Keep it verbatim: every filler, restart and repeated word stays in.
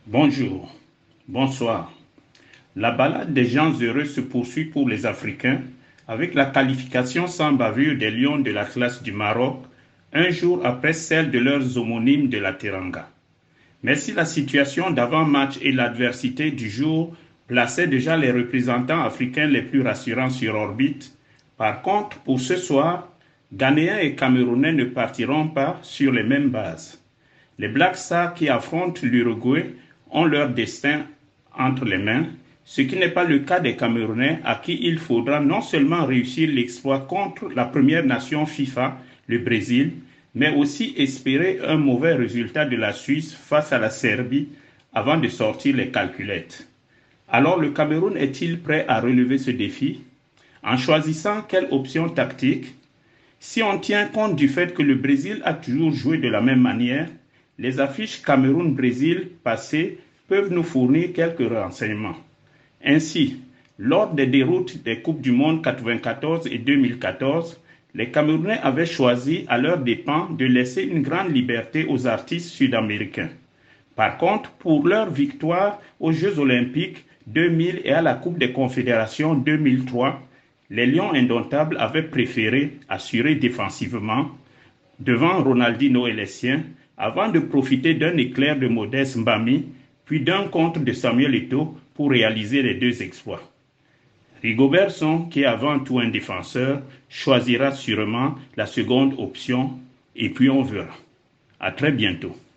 Bonjour, bonsoir. La balade des gens heureux se poursuit pour les Africains avec la qualification sans bavure des Lions de l'Atlas du Maroc, un jour après celle de leurs homonymes de la Teranga. Mais si la situation d'avant-match et l'adversité du jour plaçaient déjà les représentants africains les plus rassurants sur orbite, par contre, pour ce soir, Ghanéens et Camerounais ne partiront pas sur les mêmes bases. Les Black Stars qui affrontent l'Uruguay ont leur destin entre les mains, ce qui n'est pas le cas des Camerounais à qui il faudra non seulement réussir l'exploit contre la première nation FIFA, le Brésil, mais aussi espérer un mauvais résultat de la Suisse face à la Serbie avant de sortir les calculettes. Alors le Cameroun est-il prêt à relever ce défi? En choisissant quelle option tactique? Si on tient compte du fait que le Brésil a toujours joué de la même manière, les affiches Cameroun-Brésil passées peuvent nous fournir quelques renseignements. Ainsi, lors des déroutes des Coupes du Monde quatre-vingt-quatorze et deux mille quatorze, les Camerounais avaient choisi à leurs dépens de laisser une grande liberté aux artistes sud-américains. Par contre, pour leur victoire aux Jeux olympiques deux mille et à la Coupe des Confédérations deux mille trois, les Lions indomptables avaient préféré assurer défensivement devant Ronaldinho et les siens avant de profiter d'un éclair de Modeste Mbami puis d'un contre de Samuel Eto'o pour réaliser les deux exploits. Rigobert Song, qui est avant tout un défenseur, choisira sûrement la seconde option et puis on verra. À très bientôt.